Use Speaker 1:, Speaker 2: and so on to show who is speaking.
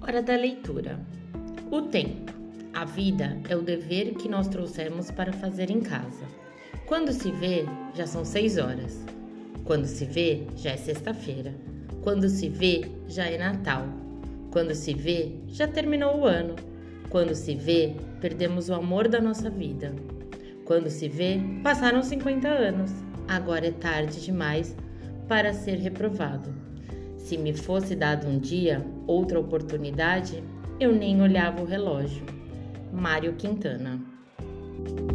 Speaker 1: Hora da leitura. O tempo. A vida é o dever que nós trouxemos para fazer em casa. Quando se vê, já são 6 horas. Quando se vê, já é sexta-feira. Quando se vê, já é Natal. Quando se vê, já terminou o ano. Quando se vê, perdemos o amor da nossa vida. Quando se vê, passaram 50 anos. Agora é tarde demais para ser reprovado. Se me fosse dado um dia, outra oportunidade, eu nem olhava o relógio. Mário Quintana.